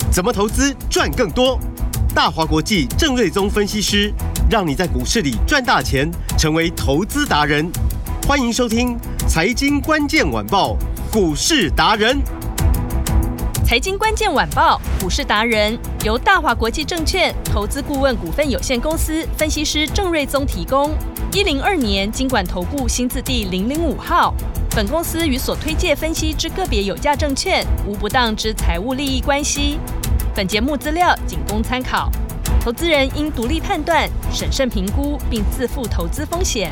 怎么投资赚更多？大华国际郑瑞宗分析师让你在股市里赚大钱，成为投资达人。欢迎收听《财经关键晚报》股市达人。 财经关键晚报股市达人由大华国际证券投资顾问股份有限公司分析师郑瑞宗提供。102年金管投顾新字第005号。本公司与所推介分析之个别有价证券无不当之财务利益关系。本节目资料仅供参考，投资人应独立判断、审慎评估，并自负投资风险。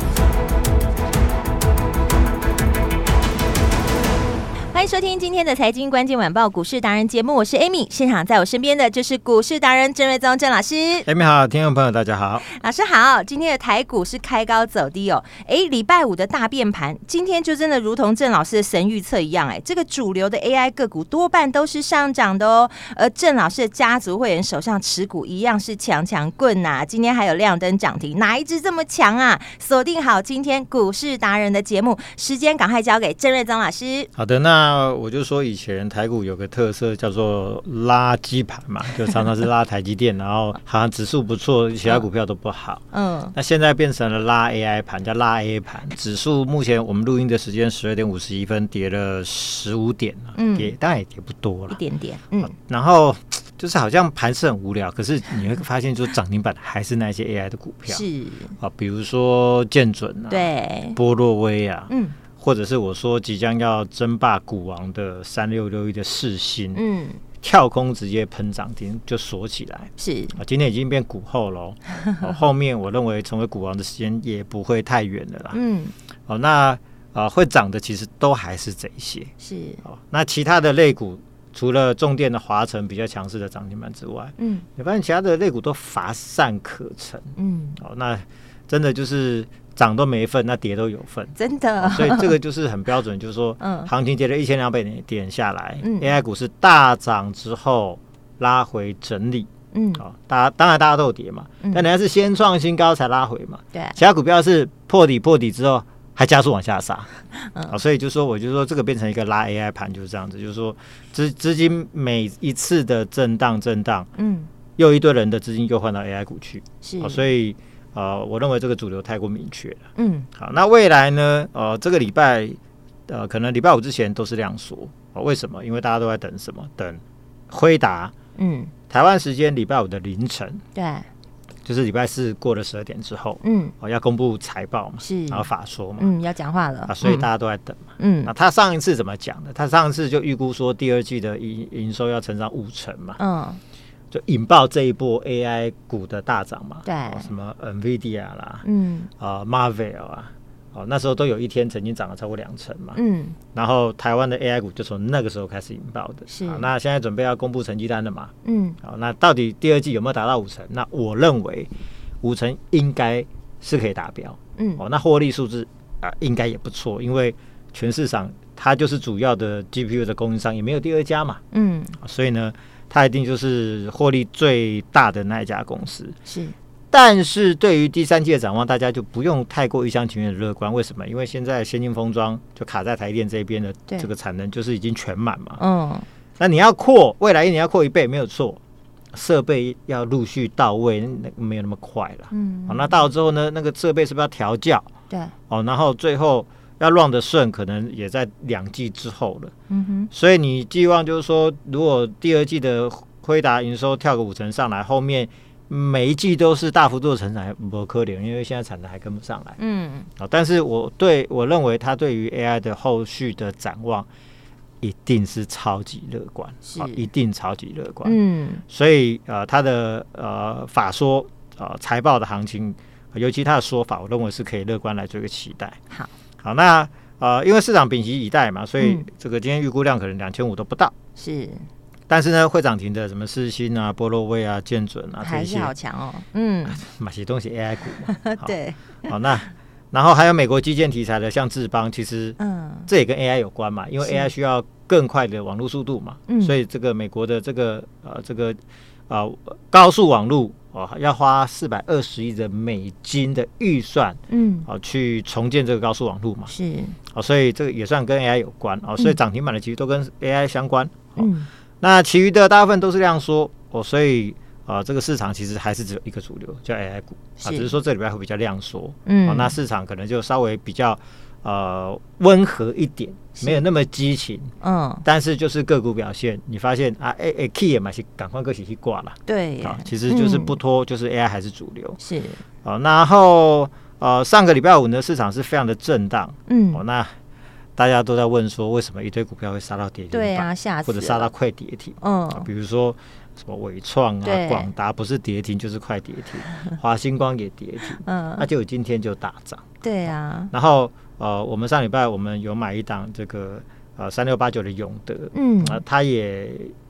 欢迎收听今天的财经关键晚报股市达人节目，我是 Amy， 现场在我身边的就是股市达人郑瑞宗郑老师。 Amy 好，听众朋友大家好。 老师好，今天的台股是开高走低哦。礼拜五的大变盘，今天就真的如同郑老师的神预测一样，这个主流的 AI 个股多半都是上涨的哦。而郑老师的家族会员手上持股一样是强强棍呐，今天还有亮灯涨停，哪一只这么强啊？锁定好今天股市达人的节目，时间赶快交给郑瑞宗老师。 好的，那我就说以前台股有个特色叫做拉基盘嘛，就常常是拉台积电，然后好像指数不错，其他股票都不好。那现在变成了拉 AI 盘，叫拉 A 盘。指数目前我们录音的时间12点51分，跌了15点了，当然也跌不多了， 一点点。 然后就是好像盘是很无聊，可是你会发现，就涨停板还是那些 AI 的股票， 是比如说建准啊， 对， 波若威啊，或者是我说即将要争霸股王的3661的世芯，跳空直接喷涨停就锁起来， 是今天已经变股后了后面我认为成为股王的时间也不会太远了啦。那会涨的其实都还是这一些， 是那其他的类股除了重电的华城比较强势的涨停板之外，你发现其他的类股都乏善可陈，那真的就是涨都没份，那跌都有份， 真的。 所以这个就是很标准，就是说，行情跌了1200点下来，AI 股是大涨之后拉回整理，当然大家都有跌嘛，但人家是先创新高才拉回嘛， 对， 其他股票是破底之后还加速往下杀，所以就说我就说这个变成一个拉 AI 盘就是这样子，就是说资金每一次的震荡，又一堆人的资金又换到 AI 股去，所以。我认为这个主流太过明确了。好，那未来呢？这个礼拜，可能礼拜五之前都是量缩。为什么？因为大家都在等什么？等辉达。台湾时间礼拜五的凌晨。对。就是礼拜四过了12点之后。要公布财报嘛。是。然后法说嘛。 要讲话了。 所以大家都在等嘛。那他上一次怎么讲的？他上一次就预估说第二季的营收要成长50%嘛。就引爆这一波 AI 股的大涨嘛，对，什么 NVIDIA 啦，Marvel 啊，那时候都有一天曾经涨了超过2%嘛，然后台湾的 AI 股就从那个时候开始引爆的，是，那现在准备要公布成绩单了嘛，好，那到底第二季有没有达到50%？那我认为50%应该是可以达标，那获利数字应该也不错，因为全市场它就是主要的 GPU 的供应商，也没有第二家嘛，所以呢。它一定就是获利最大的那一家公司，是。但是对于第三季的展望，大家就不用太过一厢情愿的乐观。为什么？因为现在先进封装就卡在台电这边的这个产能，就是已经全满嘛。那你要扩，未来1年要扩1倍，没有错。设备要陆续到位，没有那么快了。那到了之后呢，那个设备是不是要调教？对。然后最后。要 run 得顺，可能也在2季之后了。所以你寄望就是说，如果第二季的辉达营收跳个50%上来，后面每一季都是大幅度的成长，不可能，因为现在产能还跟不上来。但是我认为他对于 AI 的后续的展望一定是超级乐观，一定超级乐观。所以他的法说财报的行情，尤其他的说法，我认为是可以乐观来做一个期待。好，那因为市场屏息以待嘛，所以这个今天预估量可能2500都不到。是，但是呢，会涨停的什么世芯啊、波若威啊、建准啊， 还是好强哦。 马些东西 AI 股嘛。 对。 好，那然后还有美国基建题材的，像智邦，其实这也跟 AI 有关嘛，因为 AI 需要更快的网络速度嘛，所以这个美国的这个高速网络。要花420亿的美金的预算，去重建这个高速网络嘛，是，所以这个也算跟 AI 有关，所以涨停板的其实都跟 AI 相关， 那其余的大部分都是量缩所以这个市场其实还是只有一个主流叫 AI 股只是说这礼拜会比较量缩，那市场可能就稍微比较温和一点，没有那么激情，但是就是个股表现，你发现key 也嘛是赶快去挂了， 对， 其实就是不拖，就是 AI 还是主流， 是然后上个礼拜五呢，市场是非常的震荡，那大家都在问说，为什么一堆股票会杀到跌停板？ 对啊，吓死了， 或者杀到快跌停，比如说什么伟创啊、广达不是跌停就是快跌停，华星光也跌停，那结果今天就大涨， 对啊， 然后我们上礼拜我们有买一档这个3689的永德，它也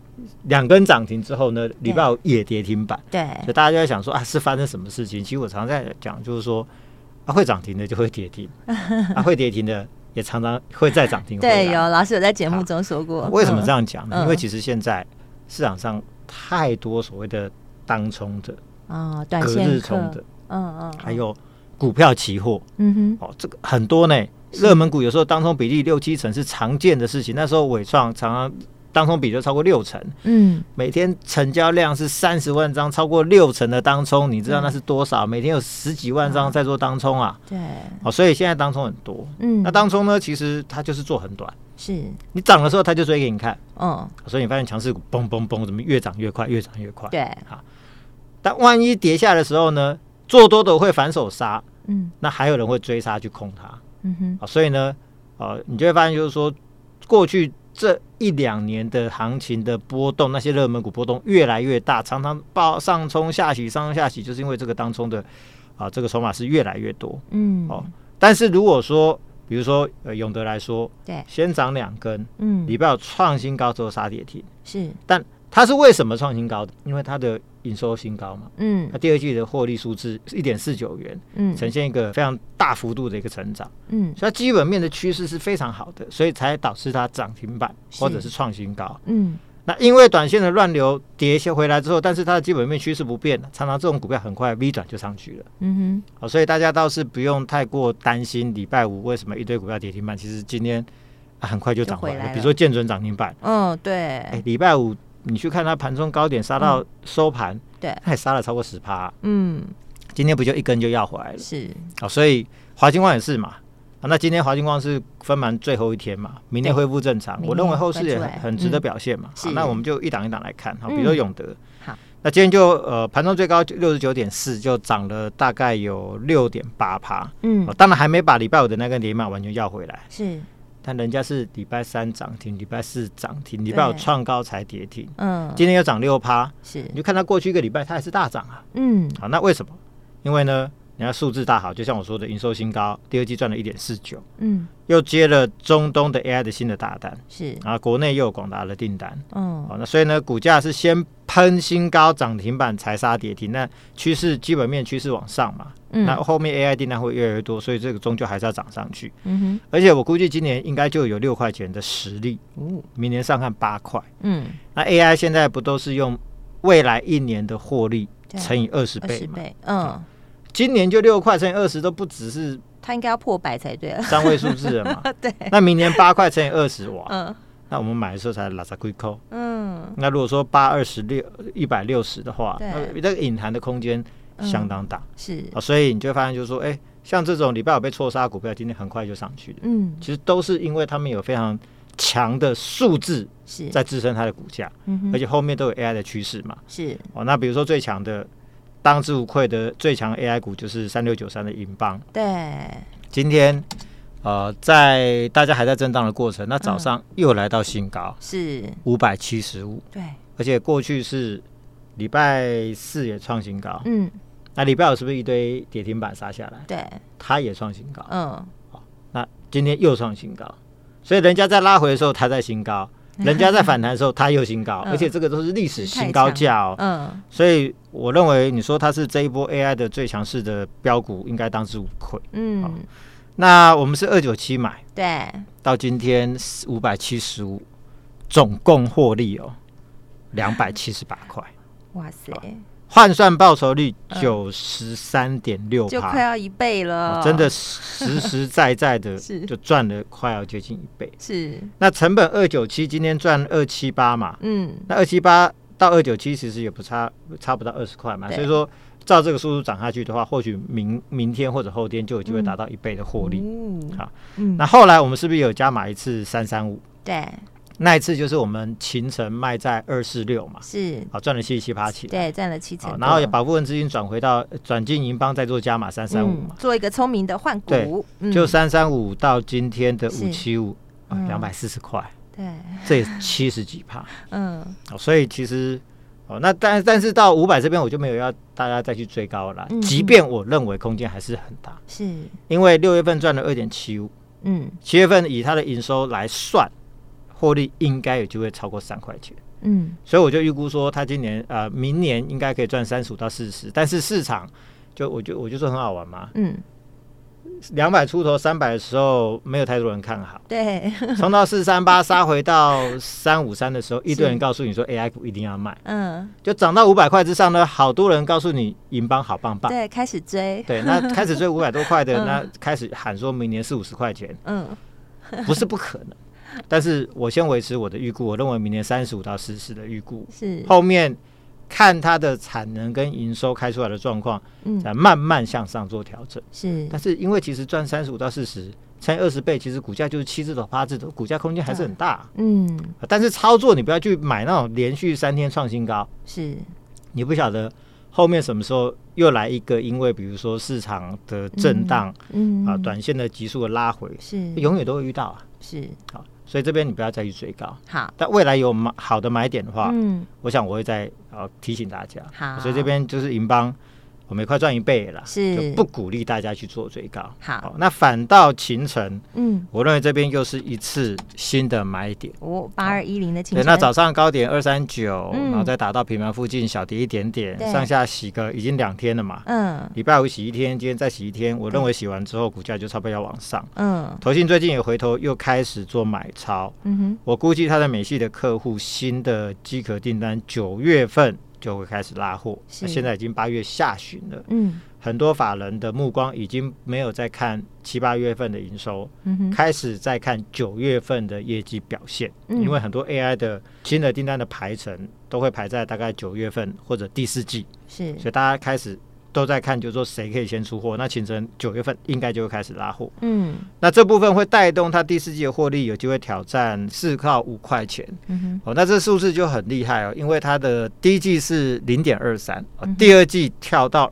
2根涨停之后呢，礼拜五也跌停板， 对， 所以大家就在想说是发生什么事情？其实我常在讲，就是说会涨停的就会跌停，会跌停的也常常会再涨停回来。 对，有老师有在节目中说过。 为什么这样讲呢？因为其实现在市场上太多所谓的当冲的短线隔日冲的，还有股票期货，这个很多呢。热门股有时候当冲比例6-7成是常见的事情。那时候伟创常常当冲比就超过6成，每天成交量是30万张，超过6成的当冲，你知道那是多少？每天有10几万张在做当冲啊。 对， 所以现在当冲很多。那当冲呢，其实它就是做很短， 是你涨的时候它就追给你看。所以你发现强势股嘣嘣嘣，怎么越涨越快，越涨越快。 对， 但万一跌下的时候呢，做多的会反手杀，那还有人会追杀去控它。所以呢，你就会发现就是说，过去这1-2年的行情的波动，那些热门股波动越来越大，常常上冲下洗，上冲下洗，就是因为这个当冲的这个筹码是越来越多。但是如果说，比如说永德来说， 对， 先涨2根，礼拜五创新高之后杀跌停， 是， 但它是为什么创新高的？因为它的营收新高嘛，它第二季的获利数字是1.49元，呈现一个非常大幅度的一个成长，所以它基本面的趋势是非常好的，所以才导致它涨停板或者是创新高。那因为短线的乱流跌下回来之后，但是它的基本面趋势不变，常常这种股票很快 V 转就上去了。所以大家倒是不用太过担心礼拜五为什么一堆股票跌停板，其实今天很快就涨回来了。比如说建准涨停板， 对， 礼拜五你去看它盘中高点杀到收盘， 对， 它也杀了超过10%，今天不就1根就要回来了？ 是， 所以华金光也是嘛。那今天华金光是分盘最后一天嘛，明天恢复正常，我认为后市也很值得表现嘛。那我们就一档一档来看，比如说永德，那今天就盘中最高 69.4， 就涨了大概有 6.8%，当然还没把礼拜五的那根跌满完全要回来，是，但人家是礼拜3涨停，礼拜4涨停，礼拜5创高才跌停，今天又涨 6%， 是，你就看它过去1个礼拜它还是大涨啊，好，那为什么？因为呢，人家数字大好，就像我说的，营收新高，第二季赚了 1.49，又接了中东的 AI 的新的大单，是，然后国内又有广达的订单，那所以呢，股价是先喷新高涨停板才杀跌停，那趋势基本面趋势往上嘛，那后面 AI 订单会越来越多，所以这个终究还是要涨上去，而且我估计今年应该就有6块钱的实力，明年上看8块，那 AI 现在不都是用未来1年的获利乘以20倍嘛，今年就6块乘以20都不只是， 它应该要破100才对了 ，3位数字了嘛。 对， 那明年8块乘以20，哇，那我们买的时候才60几块，那如果说826 160的话，那这个隐含的空间相当大，是，所以你就会发现就是说，像这种礼拜五被错杀股票，今天很快就上去了，其实都是因为他们有非常强的数字在支撑它的股价，而且后面都有 AI 的趋势嘛，是，那比如说最强的。当之无愧的最强 AI 股就是3693的银邦，对，今天在大家还在震荡的过程，那早上又来到新高，是575，对，而且过去是礼拜4也创新高，那礼拜5是不是一堆跌停板杀下来？对，它也创新高，那今天又创新高，所以人家在拉回的时候，它在新高。人家在反弹的时候，它又新高，而且这个都是历史新高价所以我认为你说它是这一波 AI 的最强势的标股，应该当之无愧。那我们是297买，对，到今天575，总共获利278块，哇塞！ 换算报酬率93.6%， 就快要1倍了， 真的实实在在的就赚了快要接近1倍。 是， 那成本297，今天赚278嘛，那278到297其实也差不到20块嘛，所以说照这个速度涨下去的话，或许明天或者后天就有机会达到1倍的获利。好，那后来我们是不是有加码一次335？ 对。 那一次就是我们秦城卖在246嘛， 是， 好赚了77%起， 对，赚了7成， 然后也把部分资金转进银邦，再做加码335嘛， 做一个聪明的换股， 就335到今天的575，240块， 对， 这也70几%，所以其实那但是到500这边我就没有要大家再去追高了啦，即便我认为空间还是很大， 是因为6月份赚了2.75，7月份以它的营收来算。获利应该有机会超过3块钱，所以我就预估说，它明年应该可以赚35到40，但是市场我就说很好玩嘛，200出头300的时候，没有太多人看好， 对， 冲到438杀回到353的时候，一堆人告诉你说 AI 股一定要卖，就涨到500块之上呢，好多人告诉你银邦好棒棒， 对，开始追， 对，那开始追500多块的，那开始喊说明年40-50块钱，不是不可能。但是我先维持我的预估，我认为明年35到40的预估，是后面看它的产能跟营收开出来的状况，再慢慢向上做调整。是，但是因为其实赚35到40乘以20倍，其实股价就是7字头8字头，股价空间还是很大。但是操作你不要去买那种连续3天创新高，是你不晓得后面什么时候又来一个，因为比如说市场的震荡，短线的急速的拉回，是永远都会遇到啊。是好。所以这边你不要再去追高，好。但未来有好的买点的话，我想我会再提醒大家。好，所以这边就是银邦，我们快赚1倍了，是就不鼓励大家去做追高。好，那反倒秦城，我认为这边又是一次新的买点。 8210的秦城， 对，那早上高点239，然后再打到平盘附近，小跌一点点，上下洗个已经2天了嘛。礼拜5洗1天，今天再洗1天，我认为洗完之后股价就差不多要往上。投信最近也回头又开始做买超。我估计他的美系的客户新的机壳订单9月份就会开始拉货，现在已经8月下旬了。很多法人的目光已经没有在看7、8月份的营收，开始在看9月份的业绩表现。因为很多 AI 的新的订单的排程都会排在大概9月份或者第4季，是，所以大家开始都在看，就是说谁可以先出货。那秦城9月份应该就会开始拉货，那这部分会带动它第4季的获利有机会挑战4到5块钱。那这数字就很厉害哦，因为它的第一季是0.23，第二季跳到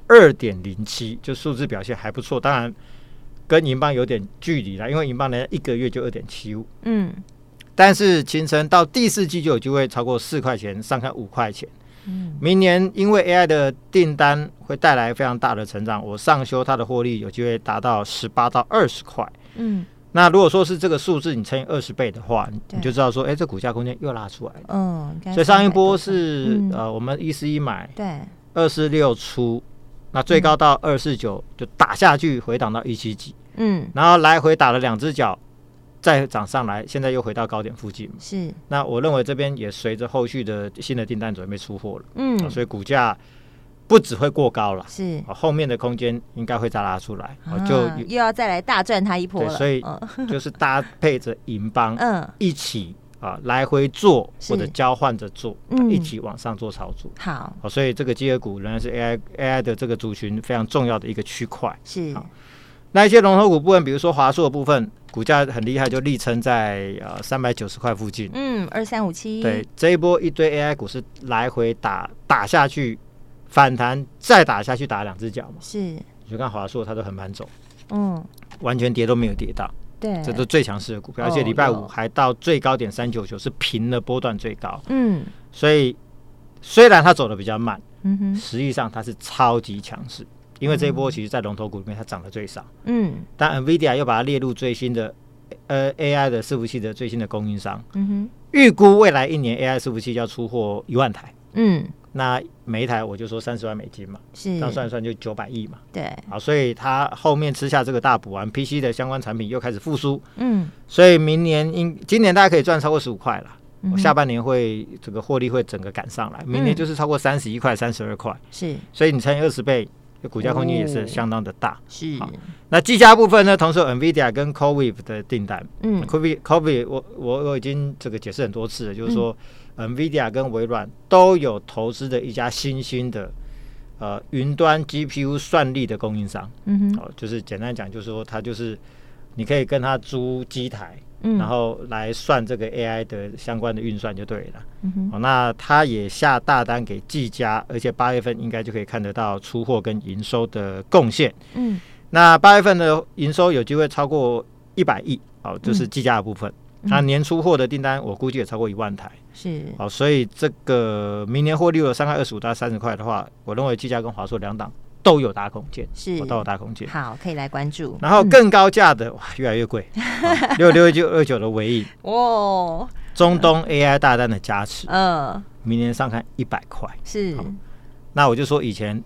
2.07，就数字表现还不错。当然跟银邦有点距离啦，因为银邦呢1个月就2.75，但是秦城到第4季就有机会超过4块钱，上看5块钱。明年因为 AI 的订单会带来非常大的成长，我上修它的获利有机会达到18到20块。那如果说是这个数字你乘以20倍的话，你就知道说，这股价空间又拉出来了。所以上一波是我们141买，对，246出，那最高到249就打下去，回档到17几，然后来回打了2只脚。再涨上来，现在又回到高点附近。是，那我认为这边也随着后续的新的订单准备出货了，所以股价不只会过高了，是，后面的空间应该会再拉出来，就又要再来大赚它一波了。 所以就是搭配着银邦，一起来回做或者交换着做，一起往上做操作。好，所以这个基尔股仍然是 AI 的这个族群非常重要的一个区块。是。那一些龙头股部分，比如说华硕的部分，股价很厉害，就力撑在390块附近。 2357。对， 这一波一堆 AI 股是来回打下去，反弹再打下去，打2只脚嘛。是。你就看华硕，它都横盘走，完全跌都没有跌到。对，这都最强势的股票，而且礼拜5还到最高点399，是平了波段最高。所以虽然它走的比较慢，实际上它是超级强势。因为这一波其实在龙头股里面它涨得最少，但 NVIDIA 又把它列入最新的AI 的伺服器的最新的供应商，预估未来1年 AI 伺服器要出货1万台，那每一台我就说30万美金嘛，是，这样算一算就900亿嘛，对，好，所以它后面吃下这个大补丸 PC 的相关产品又开始复苏，所以今年大家可以赚超过15块了， 下半年会这个获利会整个赶上来，明年就是超过31块、32块，是，所以你乘以20倍，股价空间也是相当的大。是，那技嘉部分呢，同时有 NVIDIA 跟 CoreWeave 的订单。CoreWeave 我已经这个解释很多次了，就是说NVIDIA 跟微软都有投资的一家新兴的云端 GPU 算力的供应商。就是简单讲，就是说它就是你可以跟他租机台。然后来算这个 AI 的相关的运算就对了。那他也下大单给技嘉，而且8月份应该就可以看得到出货跟营收的贡献。那8月份的营收有机会超过100亿，就是技嘉的部分。那年出货的订单我估计也超过1万台。是，所以这个明年获利有3块25到30块的话，我认为技嘉跟华硕两档都有大空间，是都有大空间， 好，可以来关注。 然后更高价的，哇，越来越贵，6629的微影，哇，中东 AI 大单的加持，明年上看100块，是。那我就说以前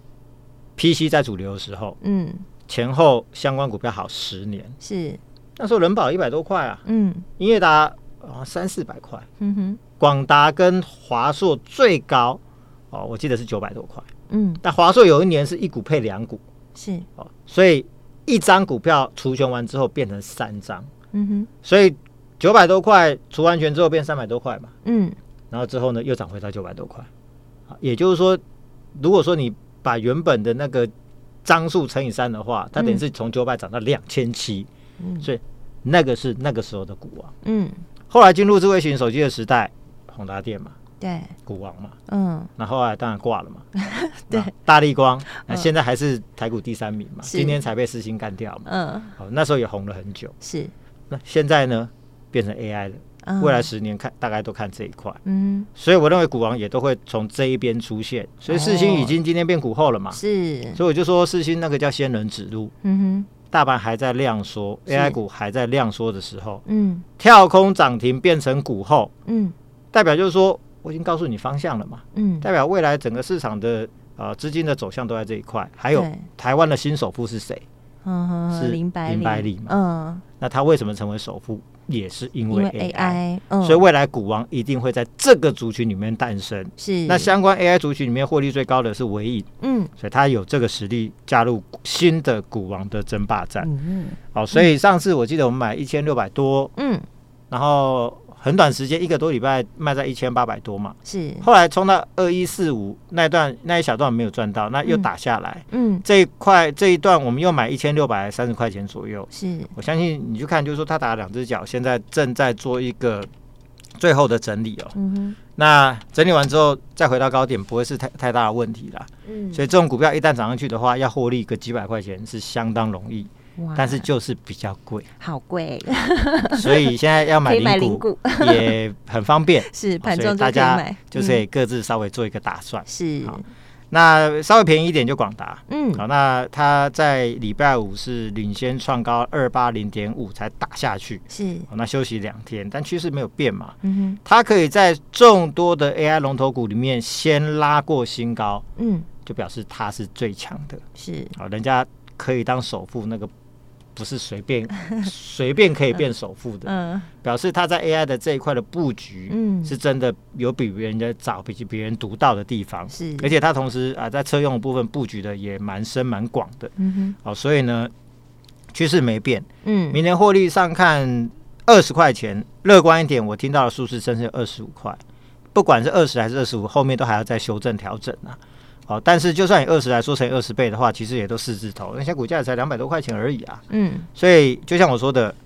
PC 在主流的时候，前后相关股票好10年，是。那时候人保100多块啊，英业达300-400块，广达跟华硕最高我记得是900多块。但华硕有一年是1股配2股，是所以一张股票除权完之后变成3张，所以900多块除完权之后变300多块嘛，然后之后呢又涨回到900多块，也就是说，如果说你把原本的那个张数乘以3的话，它等于是从900涨到2700，所以那个是那个时候的股王。后来进入智慧型手机的时代，宏达电嘛。对，股王嘛，那后来当然挂了嘛。对，大立光，现在还是台股第3名嘛，今天才被世芯干掉嘛。那时候也红了很久。是，那现在呢，变成 AI 了，未来10年看大概都看这一块。所以我认为股王也都会从这一边出现。所以世芯已经今天变股后了嘛。是，所以我就说世芯那个叫仙人指路。大盘还在量缩 ，AI 股还在量缩的时候，跳空涨停变成股后，代表就是说。我已经告诉你方向了嘛，代表未来整个市场的资金的走向都在这一块。还有台湾的新首富是谁？是林百里嘛。那他为什么成为首富？也是因为 AI。所以未来股王一定会在这个族群里面诞生。是。那相关 AI 族群里面获利最高的是微影，所以他有这个实力加入新的股王的争霸战。好，所以上次我记得我们买1600多，然后。很短时间1个多礼拜卖在1800多嘛，是。后来冲到2145那一小段没有赚到，那又打下来。这一段我们又买1630块钱左右。是。我相信你去看，就是说他打了2只脚，现在正在做一个最后的整理那整理完之后再回到高点，不会是太大的问题啦。所以这种股票一旦涨上去的话，要获利个几百块钱是相当容易。但是就是比较贵，好贵，所以现在要买零股也很方便，是盘中就可以买，大家就是可以各自稍微做一个打算。是，那稍微便宜一点就广达，好，那它在礼拜5是领先创高280.5才打下去，是，那休息2天，但趋势没有变嘛，它可以在众多的 AI 龙头股里面先拉过新高，就表示它是最强的，是，好，人家可以当首富，那个。不是随便可以变首富的，表示他在 AI 的这一块的布局，是真的有比别人早、比别人独到的地方，是，而且他同时在车用的部分布局的也蛮深蛮广的，好，所以呢，趋势没变，明年获利上看20块钱，乐观一点，我听到的数字甚至有25块，不管是20还是25，后面都还要再修正调整啊。好，但是就算以20来说乘以20倍的话，其实也都4字头，那些股价才200多块钱而已啊。所以就像我说的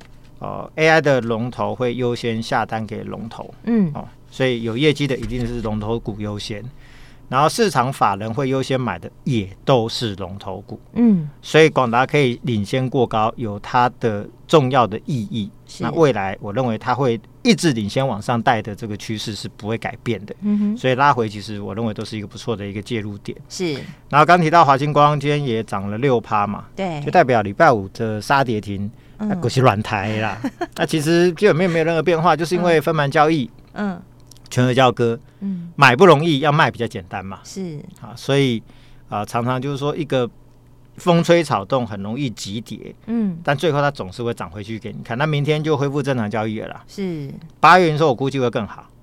，AI 的龙头会优先下单给龙头，所以有业绩的一定是龙头股优先，然后市场法人会优先买的也都是龙头股，所以广达可以领先过高，有它的重要的意义。那未来我认为它会一直领先往上带的这个趋势是不会改变的，所以拉回其实我认为都是一个不错的一个介入点。是，然后刚提到华星光今天也涨了6%嘛，对，就代表礼拜5的杀跌停，那股是软台啦。那其实基本面没有任何变化，就是因为分盘交易，全额交割，买不容易，要卖比较简单嘛，是啊，所以常常就是说一个。风吹草动很容易急跌，但最后它总是会涨回去给你看。那明天就恢复正常交易了啦。是8月营收我估计会更好，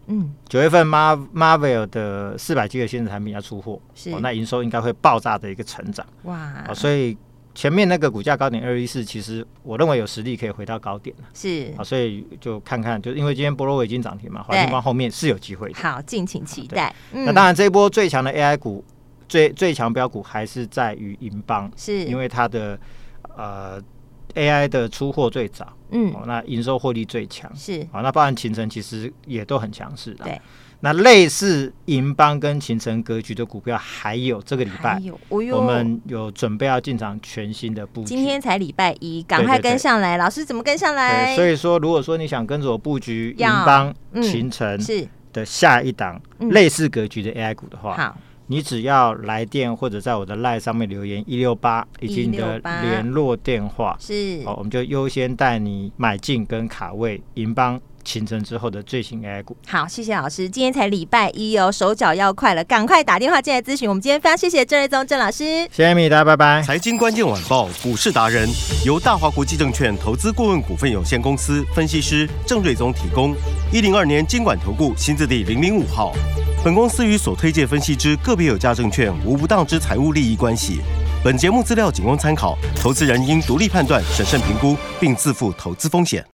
9月份 Marvel 的400G的新的产品要出货，那营收应该会爆炸的一个成长。哇！所以前面那个股价高点214，其实我认为有实力可以回到高点了。是啊，所以就看看，就因为今天波罗威已经涨停嘛，华星光后面是有机会的。 好，敬请期待。 那当然，这一波最强的 AI 股，最强标股还是在于银邦，是因为它的AI 的出货最早，那营收获利最强，是那包含勤诚其实也都很强势的。对，那类似银邦跟勤诚格局的股票，还有这个礼拜，我们有准备要进场全新的布局。 今天才礼拜一，赶快跟上来。老师怎么跟上来？ 所以说，如果说你想跟着我布局银邦、勤诚的下一档类似格局的 AI 股的话，好。你只要来电或者在我的 LINE 上面留言168以及你的联络电话，是我们就优先带你买进跟卡位银邦、勤诚之后的最新 AI 股。 好，谢谢老师，今天才礼拜一哦，手脚要快了，赶快打电话进来咨询。我们今天非常谢谢郑瑞宗郑老师， 谢谢米大家，拜拜。 财经关键晚报股市达人由大华国际证券投资顾问股份有限公司分析师郑瑞宗提供。102年金管投顾新字第005号。本公司与所推介分析之个别有价证券无不当之财务利益关系。本节目资料仅供参考，投资人应独立判断、审慎评估，并自负投资风险。